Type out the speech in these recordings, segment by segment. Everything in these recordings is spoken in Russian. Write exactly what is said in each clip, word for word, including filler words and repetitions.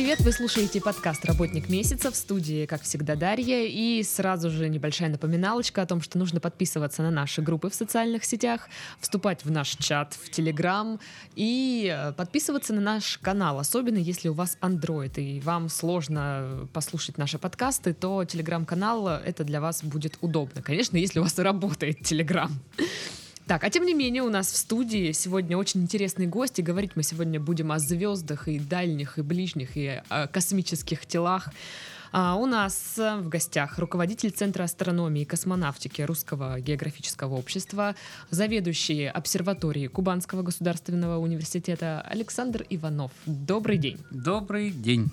привет! Вы слушаете подкаст «Работник месяца», в студии, как всегда, Дарья. И сразу же небольшая напоминалочка о том, что нужно подписываться на наши группы в социальных сетях, вступать в наш чат в Telegram и подписываться на наш канал. Особенно если у вас Android и вам сложно послушать наши подкасты, то Telegram-канал — это для вас будет удобно. Конечно, если у вас работает Telegram. Так, а тем не менее у нас в студии сегодня очень интересный гость, и говорить мы сегодня будем о звездах и дальних, и ближних, и о космических телах. А у нас в гостях руководитель Центра астрономии и космонавтики Русского географического общества, заведующий обсерваторией Кубанского государственного университета Александр Иванов. Добрый день. Добрый день.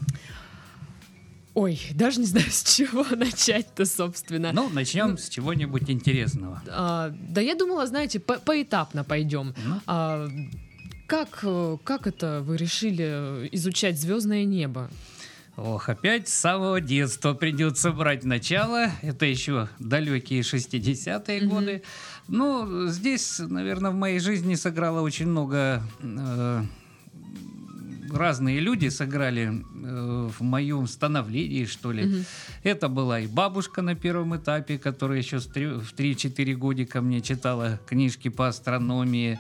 Ой, даже не знаю, с чего начать-то, собственно. Ну, начнем ну, с чего-нибудь интересного. А, да я думала, знаете, по- поэтапно пойдем. Ну? А, как, как это вы решили изучать звездное небо? Ох, опять с самого детства придется брать начало. Это еще далекие шестидесятые mm-hmm. годы. Ну, здесь, наверное, в моей жизни сыграло очень много... Э- разные люди сыграли э, в моем становлении, что ли. Mm-hmm. Это была и бабушка на первом этапе, которая еще в три-четыре годика мне читала книжки по астрономии.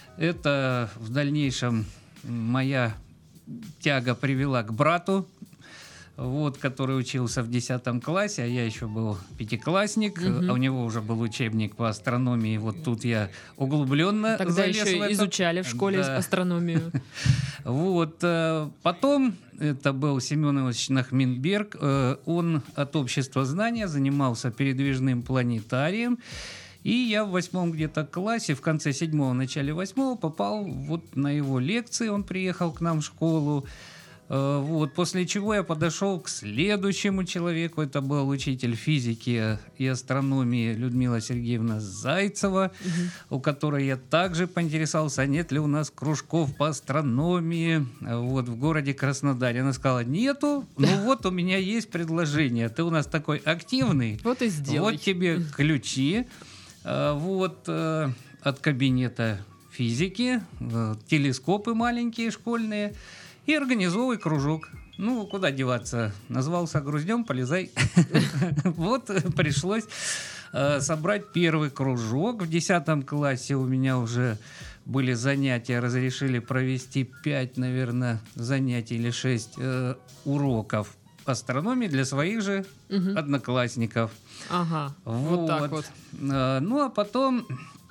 Это в дальнейшем моя тяга привела к брату, вот, который учился в десятом классе, а я еще был пятиклассник, mm-hmm. а у него уже был учебник по астрономии. Вот тут я углубленно Тогда залез еще в это. Изучали в школе да. астрономию. Вот. Потом это был Семен Иванович Нахминберг. Он от общества знания занимался передвижным планетарием. И я в восьмом где-то классе, в конце седьмого, начале восьмого попал вот на его лекции. Он приехал к нам в школу. Вот, после чего я подошел к следующему человеку. Это был учитель физики и астрономии Людмила Сергеевна Зайцева, угу. у которой я также поинтересовался, нет ли у нас кружков по астрономии вот, в городе Краснодаре. Она сказала, нету, ну вот у меня есть предложение. Ты у нас такой активный. Вот и сделай. Вот тебе ключи вот, от кабинета физики, телескопы маленькие школьные. И организовывай кружок. Ну, куда деваться? Назвался груздем, полезай. Вот пришлось собрать первый кружок. В десятом классе у меня уже были занятия. Разрешили провести пять, наверное, занятий или шесть уроков астрономии для своих же одноклассников. Ага, вот так вот. Ну, а потом...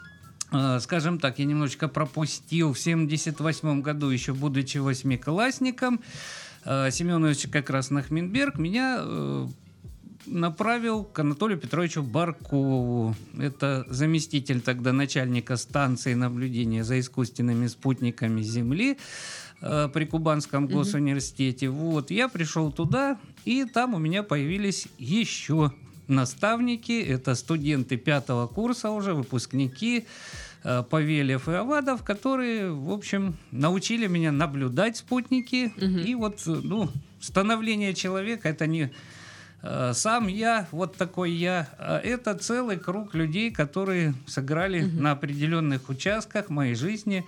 Скажем так, я немножечко пропустил. В семьдесят восьмом году, еще будучи восьмиклассником, Семен Иванович как раз Нахминберг меня направил к Анатолию Петровичу Баркову. Это заместитель тогда начальника станции наблюдения за искусственными спутниками Земли при Кубанском mm-hmm. госуниверситете. Вот. Я пришел туда, и там у меня появились еще наставники, это студенты пятого курса уже, выпускники э, Павелев и Авадов, которые, в общем, научили меня наблюдать спутники. Угу. И вот, ну, становление человека — это не э, сам я, вот такой я, а это целый круг людей, которые сыграли угу. на определенных участках моей жизни.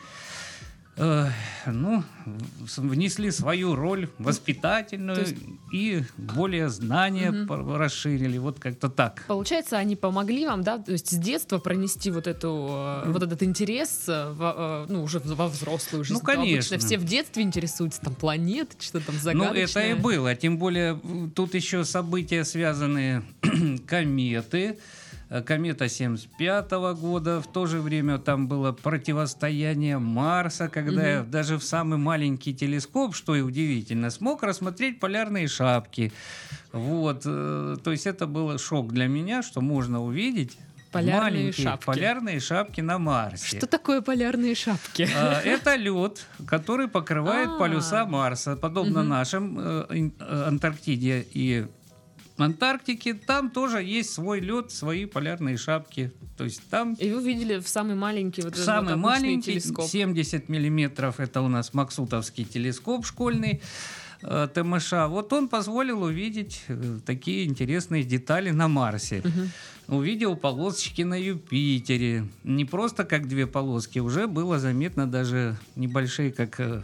Ну, внесли свою роль воспитательную есть... и более знания угу. расширили, вот как-то так. Получается, они помогли вам, да, то есть с детства пронести вот эту, mm. вот этот интерес, в, ну, уже во взрослую жизнь. Ну, конечно. Обычно все в детстве интересуются, там, планеты, что там загадочное. Ну, это и было, тем более тут еще события, связанные кометы. Комета семьдесят пятого года, в то же время там было противостояние Марса, когда угу. я даже в самый маленький телескоп, что и удивительно, смог рассмотреть полярные шапки. Вот, то есть это был шок для меня, что можно увидеть полярные маленькие шапки. полярные шапки на Марсе. Что такое полярные шапки? Это лед, который покрывает А-а-а. полюса Марса, подобно угу. нашим Антарктиде и Антарктике. Там тоже есть свой лед, свои полярные шапки. То есть там... И вы видели в самый маленький вот этот самый вот маленький телескоп. семьдесят миллиметров. Это у нас Максутовский телескоп школьный э, ТМШ. Вот он позволил увидеть э, такие интересные детали на Марсе. Угу. Увидел полосочки на Юпитере. Не просто как две полоски. Уже было заметно даже небольшие, как... Э,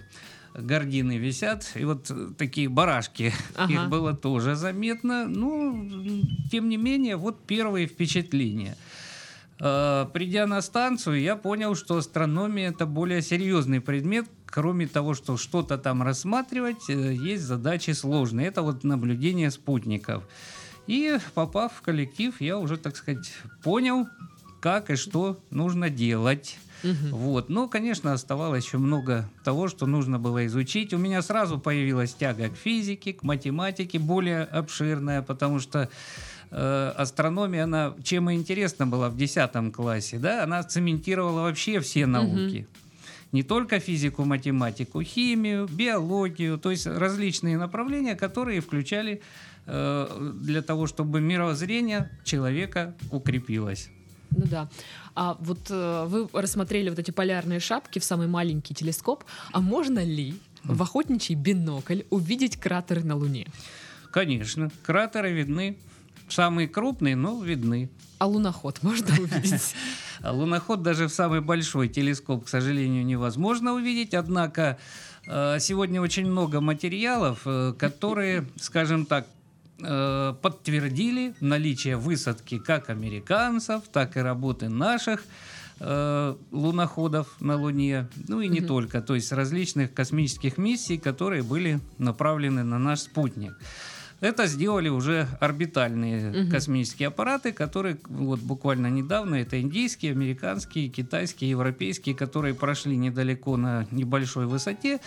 гардины висят, и вот такие барашки, ага. их было тоже заметно. Ну, тем не менее, вот первые впечатления. Придя на станцию, я понял, что астрономия — это более серьезный предмет. Кроме того, что что-то там рассматривать, есть задачи сложные. Это вот наблюдение спутников. И, попав в коллектив, я уже, так сказать, понял, как и что нужно делать. Угу. Вот. Но, конечно, оставалось еще много того, что нужно было изучить. У меня сразу появилась тяга к физике, к математике, более обширная, потому что э, астрономия, она чем и интересна была в десятом классе, да, она цементировала вообще все науки. Угу. Не только физику, математику, химию, биологию, то есть различные направления, которые включали э, для того, чтобы мировоззрение человека укрепилось. Ну да. А вот э, вы рассмотрели вот эти полярные шапки в самый маленький телескоп. А можно ли в охотничий бинокль увидеть кратеры на Луне? Конечно. Кратеры видны. Самые крупные, но видны. А луноход можно увидеть? А луноход даже в самый большой телескоп, к сожалению, невозможно увидеть. Однако сегодня очень много материалов, которые, скажем так, подтвердили наличие высадки как американцев, так и работы наших луноходов на Луне. Ну и не mm-hmm. только. То есть различных космических миссий, которые были направлены на наш спутник. Это сделали уже орбитальные uh-huh. космические аппараты, которые вот буквально недавно, это индийские, американские, китайские, европейские, которые прошли недалеко на небольшой высоте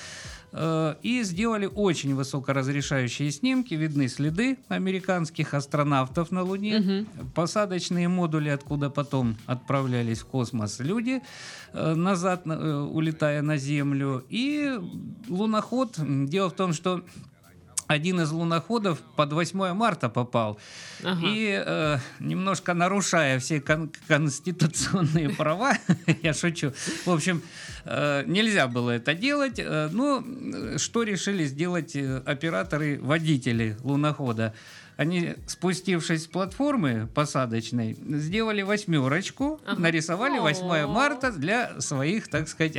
э, и сделали очень высокоразрешающие снимки. Видны следы американских астронавтов на Луне, uh-huh. посадочные модули, откуда потом отправлялись в космос люди, э, назад э, улетая на Землю. И луноход, дело в том, что один из луноходов под восьмое марта попал. Ага. И э, немножко нарушая все кон- конституционные права, я шучу, в общем, э, нельзя было это делать. Э, но что решили сделать операторы-водители лунохода? Они, спустившись с платформы посадочной, сделали восьмерочку, ага. нарисовали восьмое марта для своих, так сказать,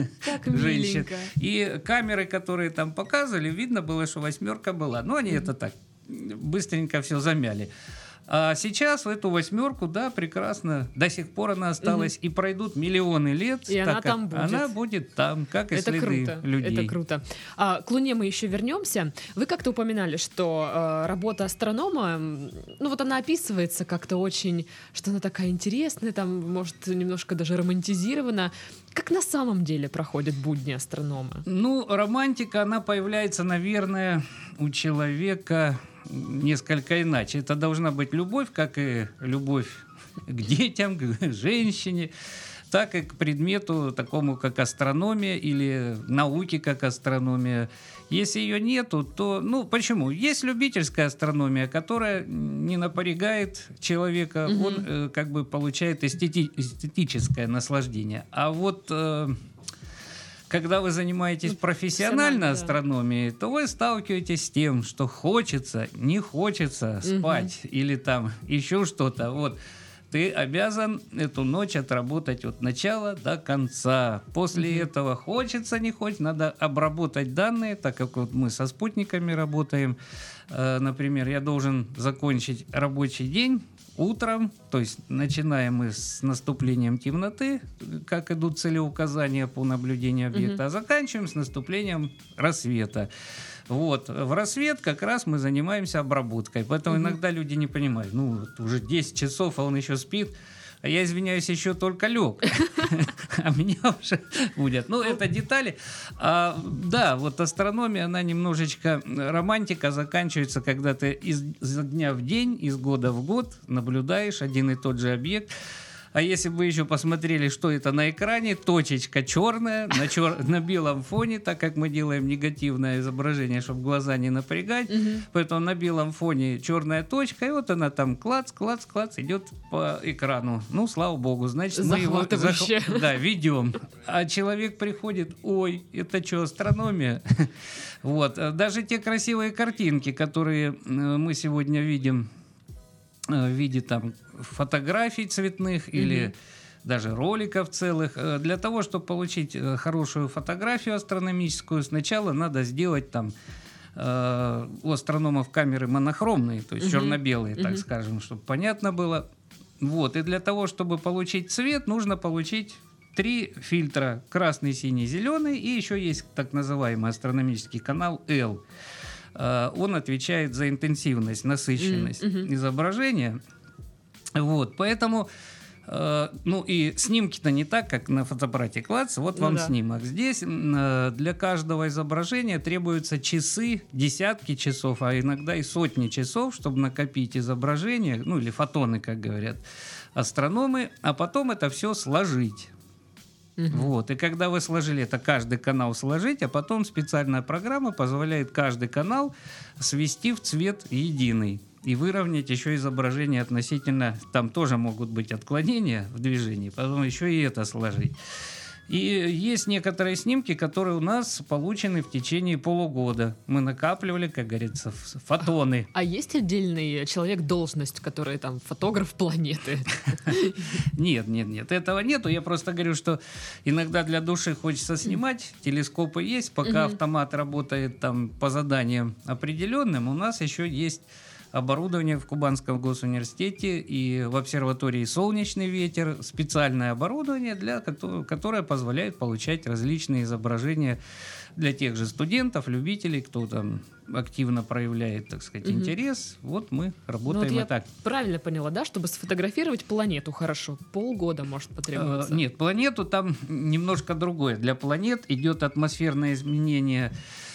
женщин. И камеры, которые там показывали, видно было, что восьмерка была. Но они mm-hmm. это так быстренько все замяли. А сейчас в эту восьмерку, да, прекрасно, до сих пор она осталась, mm-hmm. и пройдут миллионы лет. И она там будет. Она будет там, как и это следы круто, людей. Это круто. А, к Луне мы еще вернемся. Вы как-то упоминали, что э, работа астронома, ну вот она описывается как-то очень, что она такая интересная, там, может, немножко даже романтизирована. Как на самом деле проходят будни астронома? Ну, романтика, она появляется, наверное, у человека несколько иначе. Это должна быть любовь, как и любовь к детям, к женщине, так и к предмету такому, как астрономия или науке, как астрономия. Если ее нету, то... Ну, почему? Есть любительская астрономия, которая не напрягает человека, угу. он э, как бы получает эстети- эстетическое наслаждение. А вот... Э, Когда вы занимаетесь профессиональной астрономией, то вы сталкиваетесь с тем, что хочется, не хочется спать угу. или там еще что-то. Вот. Ты обязан эту ночь отработать от начала до конца. После угу. этого хочется, не хочется, надо обработать данные, так как вот мы со спутниками работаем. Э, например, я должен закончить рабочий день утром, то есть начинаем мы с наступлением темноты, как идут целеуказания по наблюдению объекта, mm-hmm. а заканчиваем с наступлением рассвета. Вот. В рассвет как раз мы занимаемся обработкой, поэтому mm-hmm. иногда люди не понимают, ну, вот уже десять часов, а он еще спит, а я, извиняюсь, еще только лег, а меня уже будет. Ну, это детали. А, да, вот астрономия, она немножечко... Романтика заканчивается, когда ты из, изо дня в день, из года в год наблюдаешь один и тот же объект. А если бы вы еще посмотрели, что это на экране, точечка черная, на, чер... на белом фоне, так как мы делаем негативное изображение, чтобы глаза не напрягать, угу. поэтому на белом фоне черная точка, и вот она там клац, клац, клац идет по экрану. Ну, слава богу, значит, мы его зах... да, ведем. А человек приходит, ой, это что, астрономия? Вот. Даже те красивые картинки, которые мы сегодня видим, в виде там фотографий цветных mm-hmm. или даже роликов целых. Для того, чтобы получить хорошую фотографию астрономическую, сначала надо сделать там э, у астрономов камеры монохромные, то есть uh-huh. черно-белые, так uh-huh. скажем, чтобы понятно было. Вот. И для того, чтобы получить цвет, нужно получить три фильтра: красный, синий, зеленый, и еще есть так называемый астрономический канал L. Э, он отвечает за интенсивность, насыщенность uh-huh. изображения. Вот. Поэтому ну и снимки-то не так, как на фотоаппарате клац. Вот ну вам да. снимок. Здесь для каждого изображения требуются часы, десятки часов, а иногда и сотни часов, чтобы накопить изображение, ну или фотоны, как говорят астрономы, а потом это все сложить. Угу. Вот. И когда вы сложили это, каждый канал сложить, а потом специальная программа позволяет каждый канал свести в цвет единый. И выровнять еще изображение относительно... Там тоже могут быть отклонения в движении, потом еще и это сложить. И есть некоторые снимки, которые у нас получены в течение полугода. Мы накапливали, как говорится, фотоны. А есть отдельный человек-должность, который там фотограф планеты? Нет, нет, нет, этого нету. Я просто говорю, что иногда для души хочется снимать. Телескопы есть, пока автомат работает там по заданиям определенным. У нас еще есть оборудование в Кубанском госуниверситете и в обсерватории «Солнечный ветер», специальное оборудование, для, которое позволяет получать различные изображения для тех же студентов, любителей, кто там активно проявляет, так сказать, угу. интерес. Вот мы работаем ну, вот и так. Я правильно поняла, да, чтобы сфотографировать планету хорошо, полгода может потребоваться? Э, нет, планету там немножко другое. Для планет идет атмосферное изменение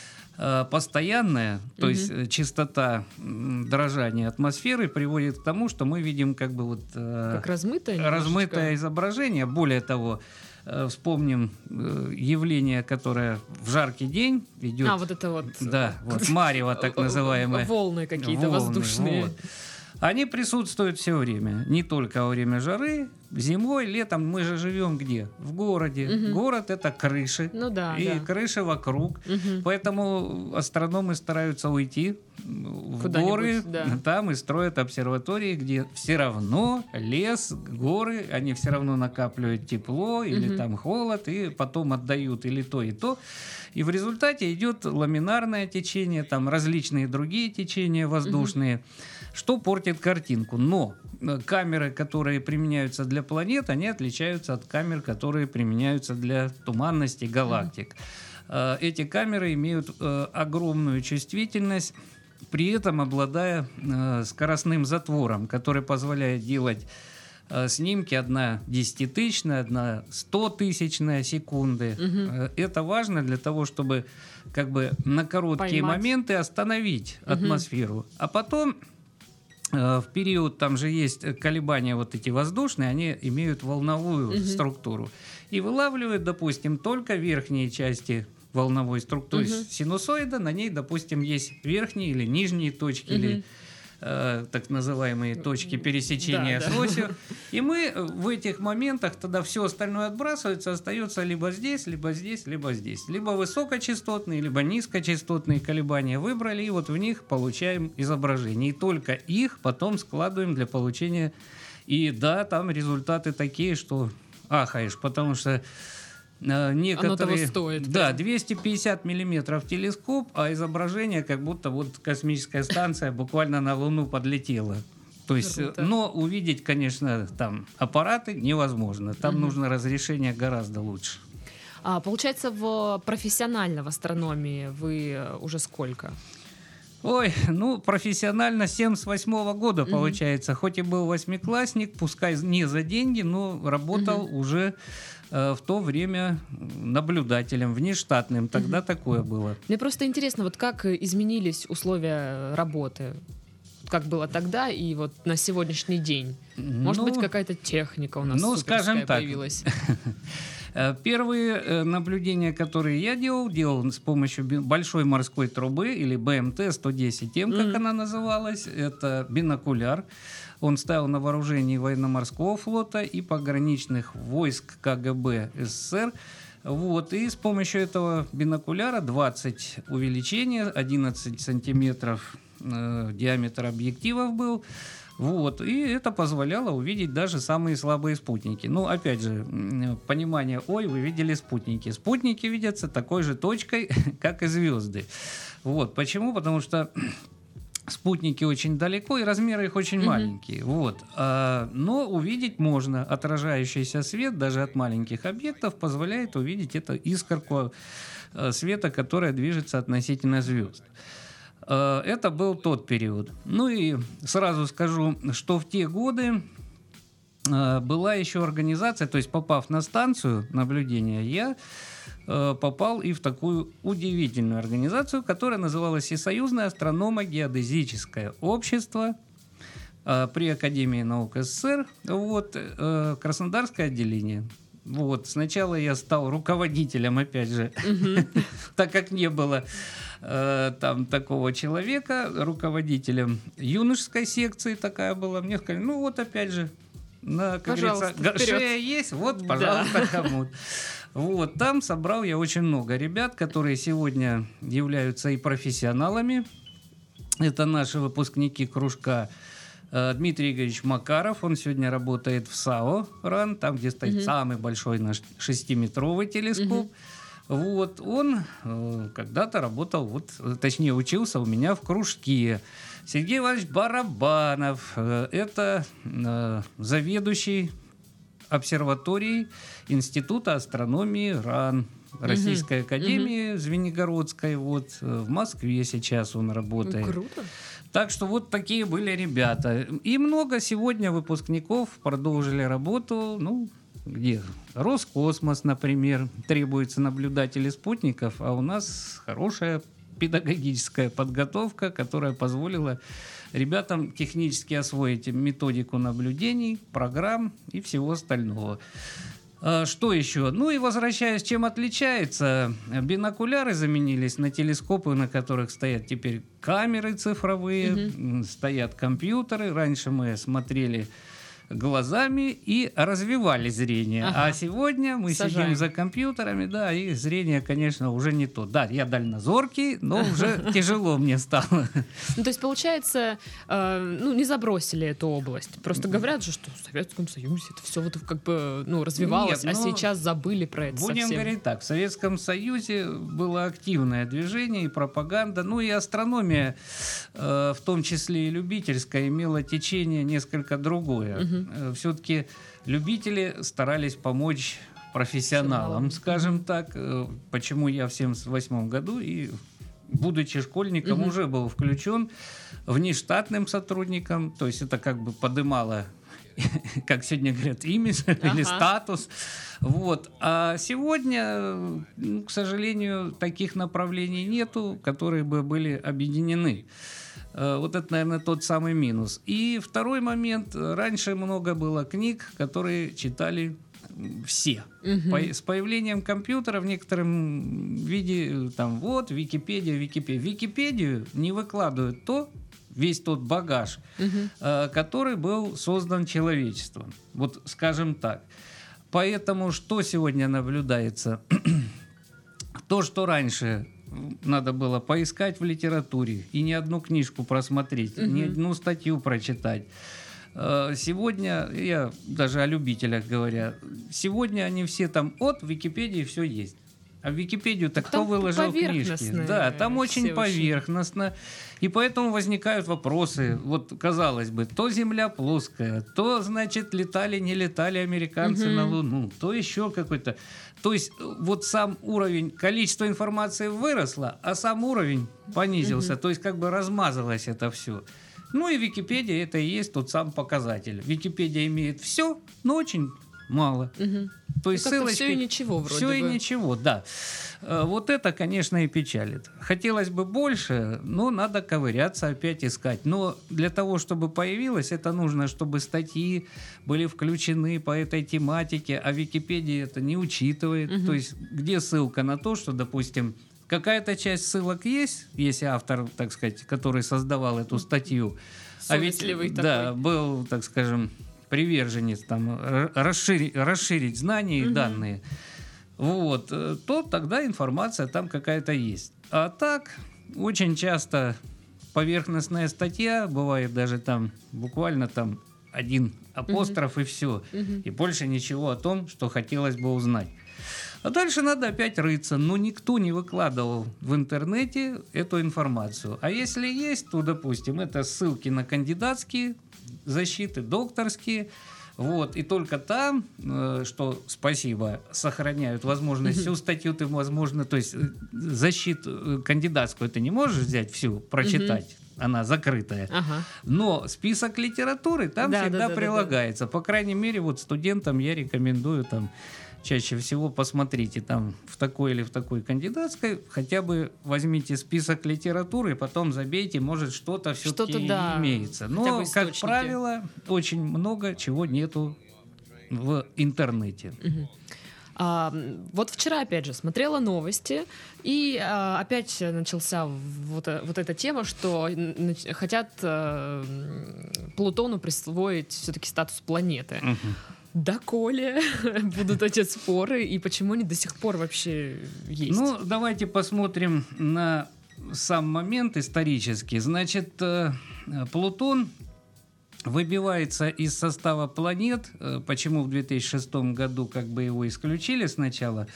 постоянная, то uh-huh. есть частота дрожания атмосферы приводит к тому, что мы видим как бы вот как размытое, размытое изображение. Более того, вспомним явление, которое в жаркий день идет. А, вот это вот. Да, вот марево так называемое. Волны какие-то волны, воздушные. Вот. Они присутствуют все время, не только во время жары, зимой, летом. Мы же живем где? В городе. Угу. Город — это крыши, ну да, и да. крыши вокруг. Угу. Поэтому астрономы стараются уйти в горы, да. там и строят обсерватории, где все равно лес, горы, они все равно накапливают тепло или угу. там холод, и потом отдают или то, и то. И в результате идет ламинарное течение, там различные другие течения воздушные, угу. что портит картинку. Но камеры, которые применяются для планет, они отличаются от камер, которые применяются для туманности галактик. Mm-hmm. Эти камеры имеют огромную чувствительность, при этом обладая скоростным затвором, который позволяет делать снимки одна десятитысячная, одна стотысячная секунды. Угу. Это важно для того, чтобы как бы на короткие Поймать. моменты остановить угу. атмосферу. А потом э, в период, там же есть колебания вот эти воздушные, они имеют волновую угу. структуру. И вылавливают, допустим, только верхние части волновой структуры. Угу. То есть синусоида, на ней, допустим, есть верхние или нижние точки, угу. или э, так называемые точки пересечения да, с осью. Да. И мы в этих моментах тогда все остальное отбрасывается, остается либо здесь, либо здесь, либо здесь. Либо высокочастотные, либо низкочастотные колебания выбрали, и вот в них получаем изображение. И только их потом складываем для получения. И да, там результаты такие, что ахаешь, потому что некоторые... Оно того стоит. Да, двести пятьдесят миллиметров телескоп, а изображение как будто вот космическая станция буквально на Луну подлетела. То есть, Круто. Но увидеть, конечно, там аппараты невозможно. Там угу. нужно разрешение гораздо лучше. А, получается, в профессионально в астрономии вы уже сколько? Ой, ну, профессионально с семьдесят восьмого года, угу. получается. Хоть и был восьмиклассник, пускай не за деньги, но работал угу. уже э, в то время наблюдателем, внештатным. Тогда угу. такое было. Мне просто интересно, вот как изменились условия работы? Как было тогда и вот на сегодняшний день? Может ну, быть, какая-то техника у нас ну, суперская скажем так. появилась? Первые наблюдения, которые я делал, делал с помощью большой морской трубы, или бэ эм тэ сто десять эм, как mm-hmm. она называлась. Это бинокуляр. Он стоял на вооружении военно-морского флота и пограничных войск ка гэ бэ эс эс эс эр. Вот. И с помощью этого бинокуляра двадцать увеличения, одиннадцать сантиметров э, диаметр объективов был. Вот, и это позволяло увидеть даже самые слабые спутники. Ну, опять же, понимание, ой, вы видели спутники. Спутники видятся такой же точкой, как и звезды. Вот, почему? Потому что спутники очень далеко, и размеры их очень mm-hmm. маленькие. Вот. А, но увидеть можно. Отражающийся свет даже от маленьких объектов позволяет увидеть эту искорку а, света, которая движется относительно звезд. А, это был тот период. Ну и сразу скажу, что в те годы а, была еще организация, то есть попав на станцию наблюдения, я попал и в такую удивительную организацию, которая называлась Всесоюзное астрономо-геодезическое общество при Академии наук СССР, вот, Краснодарское отделение. Вот. Сначала я стал руководителем, опять же, mm-hmm. так как не было э, там такого человека, руководителем юношеской секции такая была. Мне сказали, ну вот опять же, на, как пожалуйста, говорится, шея есть, вот, пожалуйста, да. кому-то. Вот, там собрал я очень много ребят, которые сегодня являются и профессионалами. Это наши выпускники кружка. Дмитрий Игоревич Макаров, он сегодня работает в САО РАН, там, где стоит mm-hmm. самый большой наш шестиметровый телескоп. Mm-hmm. Вот, он э, когда-то работал, вот, точнее, учился у меня в кружке. Сергей Иванович Барабанов, э, это э, заведующий обсерваторией Института астрономии РАН, Российской угу. академии угу. Звенигородской, вот, в Москве сейчас он работает. Ну, круто. Так что вот такие были ребята. И много сегодня выпускников продолжили работу, ну, где? Роскосмос, например, требуется наблюдатели спутников, а у нас хорошая педагогическая подготовка, которая позволила ребятам технически освоить методику наблюдений, программ и всего остального. Что еще? Ну и возвращаясь, чем отличается? Бинокуляры заменились на телескопы, на которых стоят теперь камеры цифровые, угу. стоят компьютеры. Раньше мы смотрели глазами и развивали зрение. Ага. А сегодня мы Сажаем. сидим за компьютерами, да, и зрение, конечно, уже не то. Да, я дальнозоркий, но уже тяжело мне стало. Ну, то есть, получается, э, ну, не забросили эту область. Просто говорят же, что в Советском Союзе это все вот как бы, ну, развивалось, Нет, а сейчас забыли про это будем совсем. говорить так, в Советском Союзе было активное движение и пропаганда, ну и астрономия, э, в том числе и любительская, имела течение несколько другое. Угу. Все-таки любители старались помочь профессионалам, скажем так. Почему я в семьдесят восьмом году и, будучи школьником, угу. уже был включен внештатным сотрудником. То есть это как бы подымало, как сегодня говорят, имидж ага. или статус. Вот. А сегодня, ну, к сожалению, таких направлений нету, которые бы были объединены. Вот это, наверное, тот самый минус. И второй момент. Раньше много было книг, которые читали все. Угу. По, с появлением компьютера в некотором виде, там, вот, Википедия, Википедия. Википедию не выкладывают то, весь тот багаж, угу. э, который был создан человечеством. Вот, скажем так. Поэтому что сегодня наблюдается? То, что раньше надо было поискать в литературе и не одну книжку просмотреть, угу. не одну статью прочитать. Сегодня, я даже о любителях говоря, сегодня они все там от Википедии все есть. А в Википедию-то кто выложил книжки? Да, там очень поверхностно. И поэтому возникают вопросы. Вот, казалось бы, то Земля плоская, то, значит, летали, не летали американцы угу. на Луну, то еще какой-то. То есть вот сам уровень, количество информации выросло, а сам уровень понизился. Угу. То есть как бы размазалось это все. Ну и Википедия это и есть тот сам показатель. Википедия имеет все, но очень мало. Угу. То есть ссылочки... все и ничего вроде все бы. Все и ничего, да. Вот это, конечно, и печалит. Хотелось бы больше, но надо ковыряться, опять искать. Но для того, чтобы появилось, это нужно, чтобы статьи были включены по этой тематике, а Википедия это не учитывает. Угу. То есть где ссылка на то, что, допустим, какая-то часть ссылок есть, если автор, так сказать, который создавал эту статью, а ведь такой. Да, был, так скажем, приверженец там, расширить, расширить знания и угу. данные, вот, то тогда информация там какая-то есть. А так очень часто поверхностная статья, бывает даже там буквально там один апостроф, mm-hmm. и все. Mm-hmm. И больше ничего о том, что хотелось бы узнать. А дальше надо опять рыться. Но никто не выкладывал в интернете эту информацию. А если есть, то, допустим, это ссылки на кандидатские защиты, докторские. Вот. И только там, э, что, спасибо, сохраняют возможность всю статью, ты, возможно, то есть защиту кандидатскую ты не можешь взять всю, прочитать. Она закрытая. Ага. Но список литературы там да, всегда да, да, прилагается. Да, да. По крайней мере, вот студентам я рекомендую там чаще всего посмотрите там в такой или в такой кандидатской, хотя бы возьмите список литературы, потом забейте, может что-то все-таки что-то, да, имеется. Но, как правило, очень много чего нету в интернете. Угу. А, вот вчера, опять же, смотрела новости, и а, опять начался вот, вот эта тема, что нач- хотят а, Плутону присвоить все-таки статус планеты. Угу. Доколе будут эти споры, и почему они до сих пор вообще есть? Ну, давайте посмотрим на сам момент исторический. Значит, Плутон выбивается из состава планет. Почему в две тысячи шестом году как бы его исключили сначала?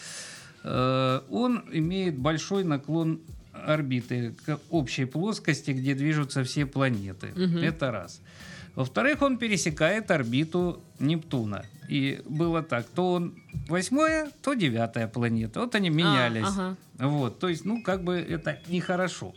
Он имеет большой наклон орбиты к общей плоскости, где движутся все планеты. Угу. Это раз. Во-вторых, он пересекает орбиту Нептуна. И было так, то он восьмая, то девятая планета. Вот они менялись. А, ага. Вот, то есть, ну, как бы это нехорошо.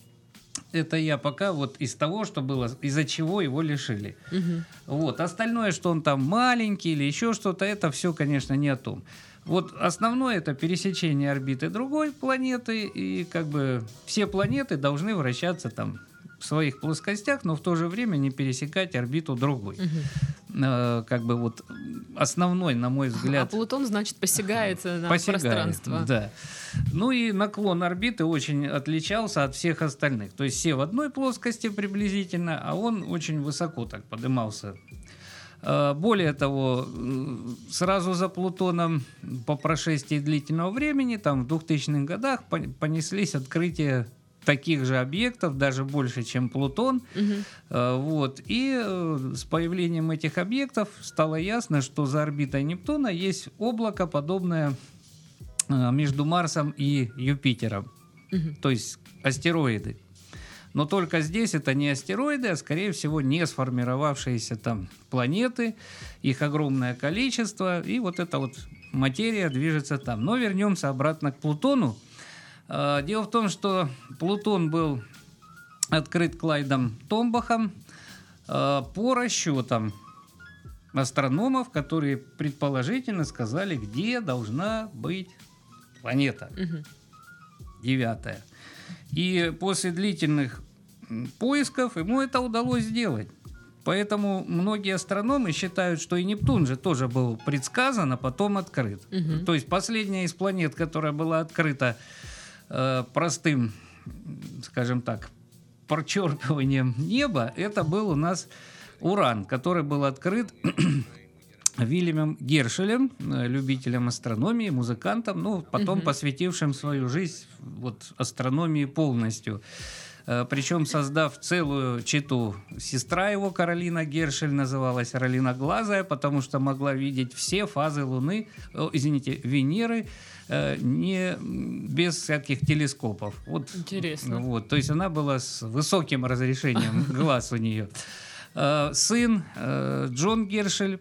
Это я пока вот из того, что было, из-за чего его лишили. Угу. Вот. Остальное, что он там маленький или еще что-то, это все, конечно, не о том. Вот основное — это пересечение орбиты другой планеты, и как бы все планеты должны вращаться там в своих плоскостях, но в то же время не пересекать орбиту другой. Угу. Э, как бы вот основной, на мой взгляд... А Плутон, значит, посягает на посягает, пространство. Да. Ну и наклон орбиты очень отличался от всех остальных. То есть все в одной плоскости приблизительно, а он очень высоко так поднимался. Э, более того, сразу за Плутоном по прошествии длительного времени, там в двухтысячных годах понеслись открытия таких же объектов, даже больше, чем Плутон. Uh-huh. Вот. И с появлением этих объектов стало ясно, что за орбитой Нептуна есть облако, подобное между Марсом и Юпитером. Uh-huh. То есть астероиды. Но только здесь это не астероиды, а, скорее всего, не сформировавшиеся там планеты. Их огромное количество. И вот эта вот материя движется там. Но вернемся обратно к Плутону. Дело в том, что Плутон был открыт Клайдом Томбахом по расчетам астрономов, которые предположительно сказали, где должна быть планета. Угу. Девятая. И после длительных поисков ему это удалось сделать. Поэтому многие астрономы считают, что и Нептун же тоже был предсказан, а потом открыт. Угу. То есть последняя из планет, которая была открыта простым, скажем так, прочерпыванием неба, это был у нас Уран, который был открыт Вильямом Гершелем, любителем астрономии, музыкантом, ну, потом угу. посвятившим свою жизнь вот, астрономии полностью. Причем создав целую чету. Сестра его, Каролина Гершель, называлась Ролиноглазая, потому что могла видеть все фазы Луны, о, извините, Венеры, э, не, без всяких телескопов. Вот, интересно. Вот, то есть она была с высоким разрешением глаз у нее. Э, сын э, Джон Гершель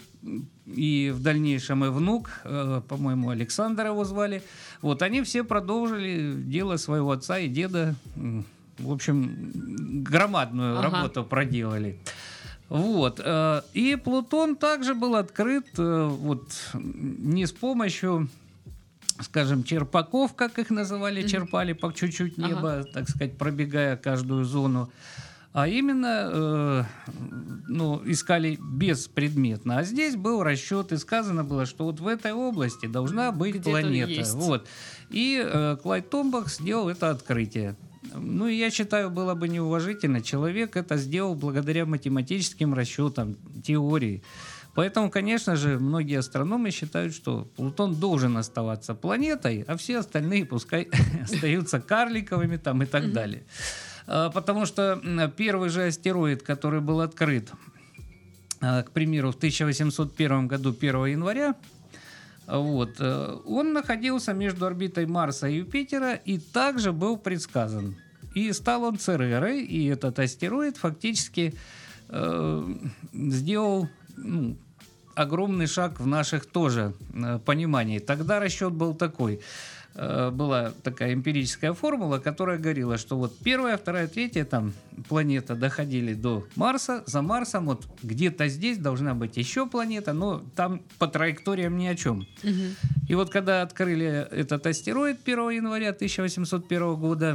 и в дальнейшем и внук, э, по-моему, Александр его звали, вот они все продолжили дело своего отца и деда. В общем, громадную ага. работу проделали. Вот. И Плутон также был открыт вот, не с помощью, скажем, черпаков, как их называли, mm-hmm. черпали по чуть-чуть неба, ага. так сказать, пробегая каждую зону, а именно э, ну, искали беспредметно. А здесь был расчет, и сказано было, что вот в этой области должна быть где-то планета. Вот. И э, Клайд Томбах сделал это открытие. Ну, я считаю, было бы неуважительно. Человек это сделал благодаря математическим расчетам, теории. Поэтому, конечно же, многие астрономы считают, что Плутон должен оставаться планетой, а все остальные пускай остаются карликовыми там и так далее. Потому что первый же астероид, который был открыт, к примеру, в тысяча восемьсот первом году, первого января, вот, он находился между орбитой Марса и Юпитера и также был предсказан. И стал он Церерой, и этот астероид фактически э, сделал ну, огромный шаг в наших тоже э, понимании. Тогда расчет был такой. Э, была такая эмпирическая формула, которая говорила, что вот первая, вторая, третья там планета доходили до Марса. За Марсом вот где-то здесь должна быть еще планета, но там по траекториям ни о чем. Угу. И вот когда открыли этот астероид первого января тысяча восемьсот первого года,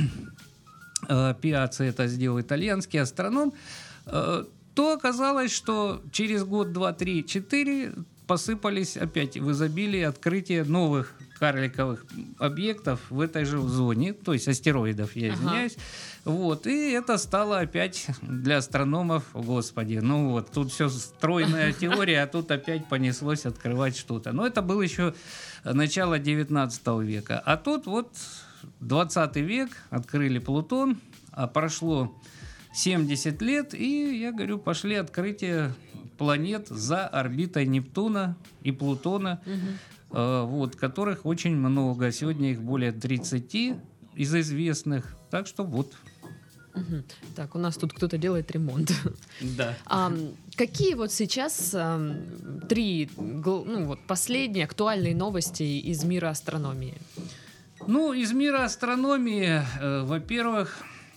Пиацци это сделал итальянский астроном, то оказалось, что через год, два, три, четыре посыпались опять в изобилии открытия новых карликовых объектов в этой же зоне, то есть астероидов, я извиняюсь. Ага. Вот, и это стало опять для астрономов, господи, ну вот, тут все стройная теория, а тут опять понеслось открывать что-то. Но это было еще начало девятнадцатого века. А тут вот двадцатый век, открыли Плутон, а прошло семьдесят лет, и, я говорю, пошли открытия планет за орбитой Нептуна и Плутона, угу. э, вот, которых очень много. Сегодня их более тридцати из известных. Так что вот. Угу. Так, у нас тут кто-то делает ремонт. Да. А, какие вот сейчас а, три ну, вот, последние актуальные новости из мира астрономии? Ну, из мира астрономии, э, во-первых,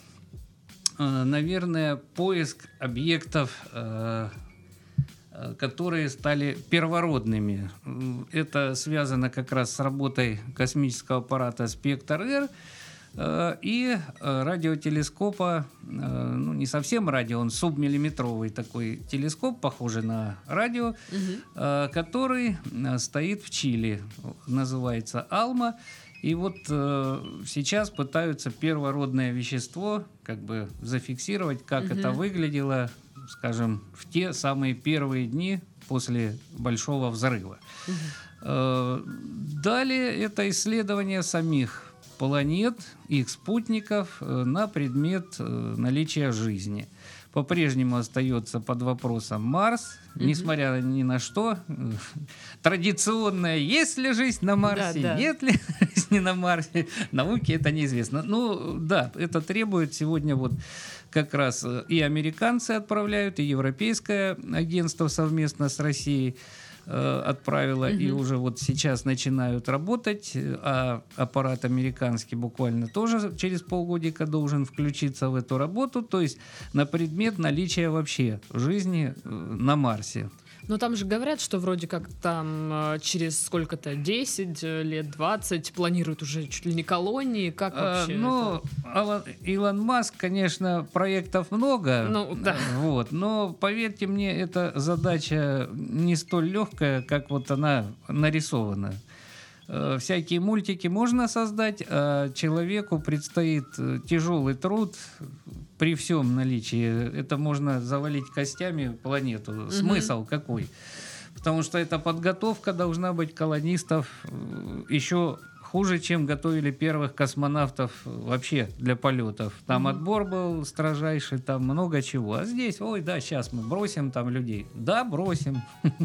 э, наверное, поиск объектов, э, которые стали первородными. Это связано как раз с работой космического аппарата «Спектр-Р» э, и радиотелескопа, э, ну, не совсем радио, он субмиллиметровый такой телескоп, похожий на радио, угу. э, который стоит в Чили, называется «Алма». И вот э, сейчас пытаются первородное вечество как бы зафиксировать, как угу. это выглядело, скажем, в те самые первые дни после Большого взрыва. Угу. Э, далее это исследование самих планет, их спутников э, на предмет э, наличия жизни. По-прежнему остается под вопросом Марс, mm-hmm. несмотря ни на что. Традиционная, есть ли жизнь на Марсе, да, да. нет ли жизни на Марсе, науке это неизвестно. Ну да, это требует сегодня вот как раз и американцы отправляют, и Европейское агентство совместно с Россией э, отправило, mm-hmm. и уже вот сейчас начинают работать, а аппарат американский буквально тоже через полгодика должен включиться в эту работу, то есть на предмет наличия вообще жизни э, на Марсе. Но там же говорят, что вроде как там через сколько-то, десять лет, двадцать планируют уже чуть ли не колонии, как вообще? А, ну, это? Илон Маск, конечно, проектов много, ну, да. вот, но поверьте мне, эта задача не столь легкая, как вот она нарисована. Всякие мультики можно создать, а человеку предстоит тяжелый труд при всем наличии. Это можно завалить костями планету. Mm-hmm. Смысл какой? Потому что эта подготовка должна быть колонистов еще хуже, чем готовили первых космонавтов вообще для полетов. Там mm-hmm. отбор был строжайший, там много чего. А здесь, ой, да, сейчас мы бросим там людей. Да, бросим.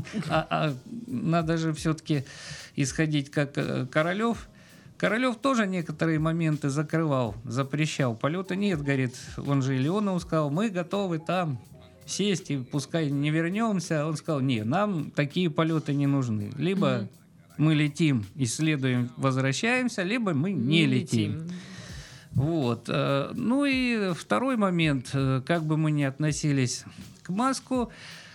А надо же все-таки исходить как Королев. Королев тоже некоторые моменты закрывал, запрещал. Полета нет, говорит, он же и Леонову сказал, мы готовы там сесть, и пускай не вернемся. Он сказал, не, нам такие полеты не нужны. Либо mm-hmm. мы летим, исследуем, возвращаемся, либо мы не, не летим. летим. Вот. Ну и второй момент, как бы мы ни относились к Маску,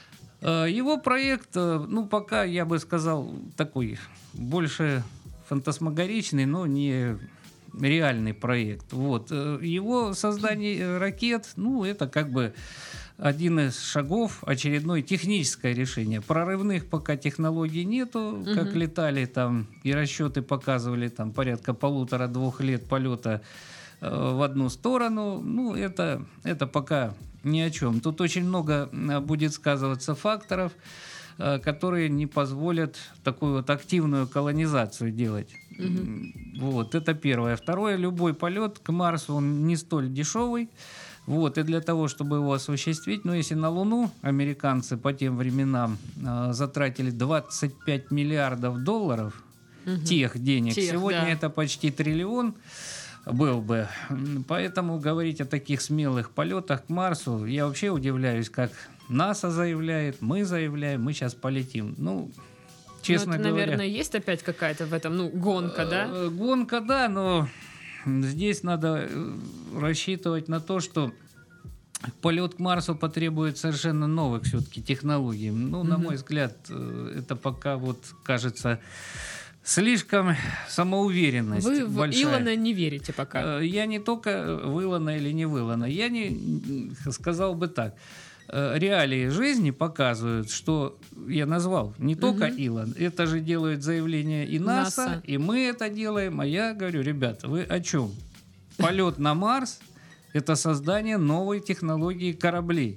его проект, ну пока, я бы сказал, такой больше фантасмагоричный, но не реальный проект. Вот. Его создание ракет, ну это как бы один из шагов, очередное техническое решение. Прорывных пока технологий нету, угу. как летали там, и расчеты показывали там порядка полутора-двух лет полета э, в одну сторону. Ну, это, это пока ни о чем. Тут очень много будет сказываться факторов. э, которые не позволят такую вот активную колонизацию делать. Мгм. Вот, это первое. Второе, любой полет к Марсу, он не столь дешевый. Вот, и для того, чтобы его осуществить, ну, если на Луну американцы по тем временам э, затратили двадцать пять миллиардов долларов, Мгм. тех денег, Тех, сегодня да. это почти триллион был бы. М, Поэтому говорить о таких смелых полетах к Марсу, я вообще удивляюсь, как НАСА заявляет, мы заявляем, мы сейчас полетим. Ну, честно Ну, это, говоря... наверное, есть опять какая-то в этом, ну, гонка, да? Э, Гонка, да, но здесь надо э, рассчитывать на то, что полет к Марсу потребует совершенно новых все-таки технологий. Ну, на Мгм. мой взгляд, э, это пока вот кажется слишком самоуверенность Вы в большая. Илона не верите пока. Э, Я не только в Илона или не в Илона. Я не сказал бы так. Э, Реалии жизни показывают, что я назвал не только Мгм. Илон. Это же делают заявление и НАСА, НАСА. и мы это делаем. А я говорю, ребята, вы о чем? Полет на Марс – это создание новой технологии кораблей.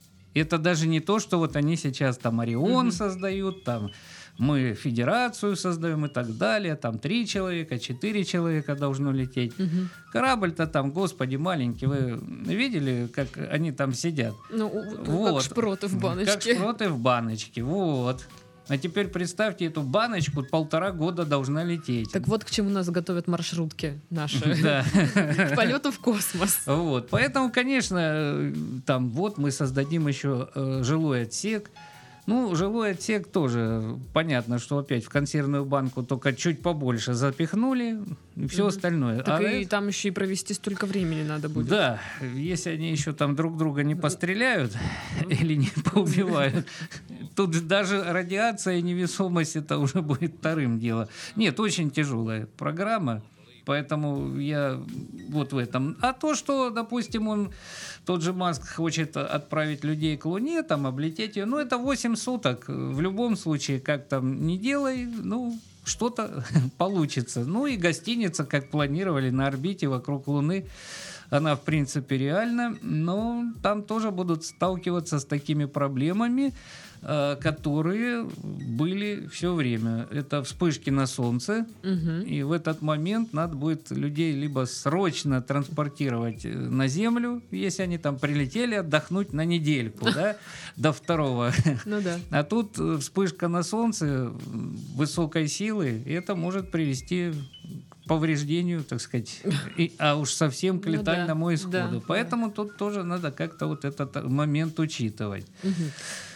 Это даже не то, что вот они сейчас там Орион Мгм. создают, там мы Федерацию создаем и так далее, там три человека, четыре человека должно лететь. Мгм. Корабль-то там, господи, маленький. Вы видели, как они там сидят? Ну, у- Вот. как шпроты в баночке. Как шпроты в баночке, вот. А теперь представьте, эту баночку полтора года должна лететь. Так вот к чему нас готовят маршрутки наши. Да. К полету в космос. Вот. Поэтому, конечно, э, там вот мы создадим еще э, жилой отсек. Ну, жилой отсек тоже понятно, что опять в консервную банку только чуть побольше запихнули и все Мгм. остальное. Так А и это- там еще и провести столько времени надо будет. Да, если они еще там друг друга не постреляют или не поубивают, тут даже радиация и невесомость это уже будет вторым делом. Нет, очень тяжелая программа. Поэтому я вот в этом. А то, что, допустим, он, тот же Маск хочет отправить людей к Луне, там, облететь ее, ну, это восемь суток. В любом случае, как там не делай, ну, что-то получится. Ну, и гостиница, как планировали, на орбите вокруг Луны, она, в принципе, реальна, но там тоже будут сталкиваться с такими проблемами, э, которые были все время. Это вспышки на Солнце, Мгм. и в этот момент надо будет людей либо срочно транспортировать э, на Землю, если они там прилетели, отдохнуть на недельку, да, до второго. Ну да. А тут э, вспышка на Солнце э, высокой силы, и это может привести к повреждению, так сказать, и, а уж совсем к Ну да, летальному исходу. да, Поэтому тут тоже надо как-то вот этот э, момент учитывать. Мгм.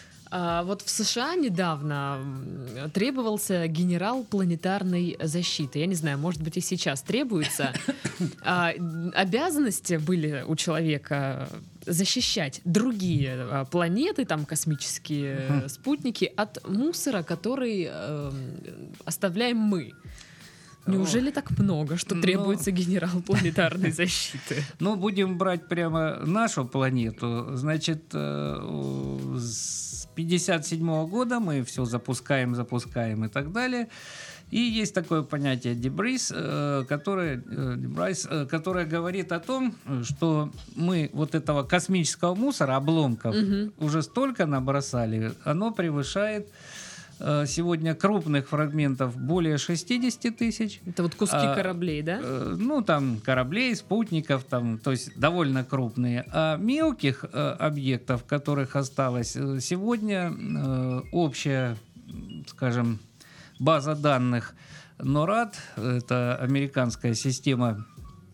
А вот в США недавно м, требовался генерал планетарной защиты. Я не знаю, может быть и сейчас требуется. А, м, Обязанности были у человека защищать другие а, планеты, там космические э, спутники от мусора, который э, оставляем мы. Неужели так много, что Ну. требуется генерал планетарной защиты? Ну, будем брать прямо нашу планету. Значит, э, с пятьдесят седьмого года мы все запускаем, запускаем и так далее. И есть такое понятие дебрис, э, которое, э, debris, э, которое говорит о том, что мы вот этого космического мусора, обломков, Мгм. уже столько набросали, оно превышает э, сегодня крупных фрагментов более шестьдесят тысяч. Это вот куски А, кораблей, да? Э, Ну, там кораблей, спутников, там, то есть довольно крупные. А мелких э, объектов, которых осталось, э, сегодня э, общая, м, скажем, база данных норад, это американская система,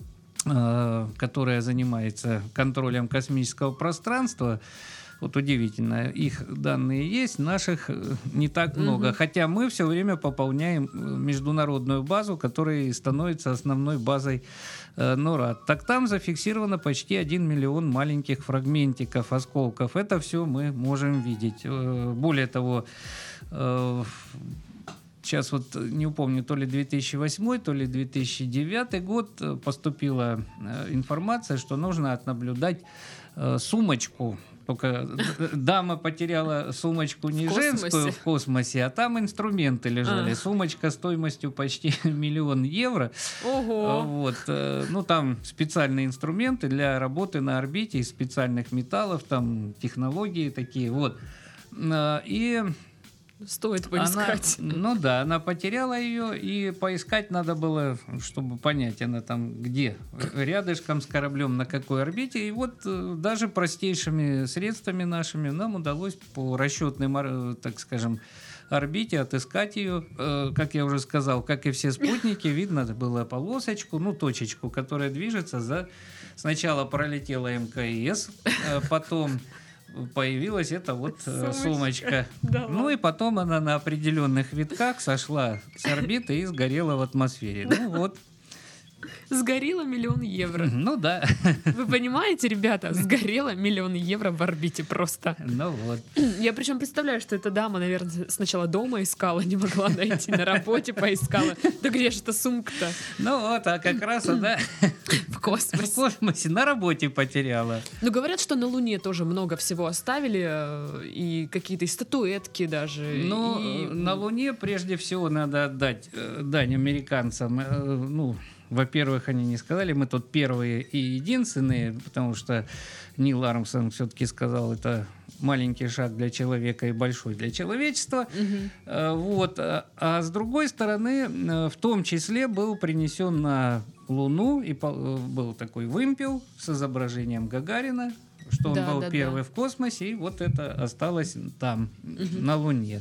э, которая занимается контролем космического пространства. Вот удивительно, их данные есть, наших э, не так много. Мгм. Хотя мы все время пополняем э, международную базу, которая становится основной базой э, норад. Так там зафиксировано почти один миллион маленьких фрагментиков, осколков. Это все мы можем видеть. Э, Более того, э, сейчас вот не упомню, то ли две тысячи восьмой, то ли две тысячи девятый год э, поступила э, информация, что нужно отнаблюдать э, сумочку. Только д- дама потеряла сумочку не В женскую космосе? в космосе, а там инструменты лежали. А. Сумочка стоимостью почти миллион евро. А, Ого! Вот, э, ну там специальные инструменты для работы на орбите из специальных металлов, там технологии такие, вот. А, И Стоит поискать. Она, ну да, она потеряла ее, и поискать надо было, чтобы понять, она там где, рядышком с кораблем, на какой орбите. И вот э, даже простейшими средствами нашими нам удалось по расчетным, так скажем, орбите отыскать ее. Э, как я уже сказал, как и все спутники, видно было полосочку, ну точечку, которая движется за... Сначала пролетела МКС, э, потом... появилась эта вот сумочка. сумочка. Да, ну и потом она на определенных витках сошла с орбиты и сгорела в атмосфере. Ну вот. Сгорело миллион евро. Ну да. Вы понимаете, ребята, сгорело миллион евро в орбите просто. Ну вот. Я причем представляю, что эта дама, наверное, сначала дома искала, не могла найти, на работе поискала. Да где же эта сумка-то? Ну вот, а как раз она в космосе. В космосе на работе потеряла. Ну говорят, что на Луне тоже много всего оставили, и какие-то и статуэтки даже. Ну, и... на Луне прежде всего надо отдать дань американцам. Ну, во-первых, они не сказали, мы тут первые и единственные, потому что Нил Армстронг все-таки сказал, это маленький шаг для человека и большой для человечества. Угу. Вот. А с другой стороны, в том числе был принесен на Луну, и был такой вымпел с изображением Гагарина, что он да, был да, первый да. в космосе, и вот это осталось там, угу. на Луне.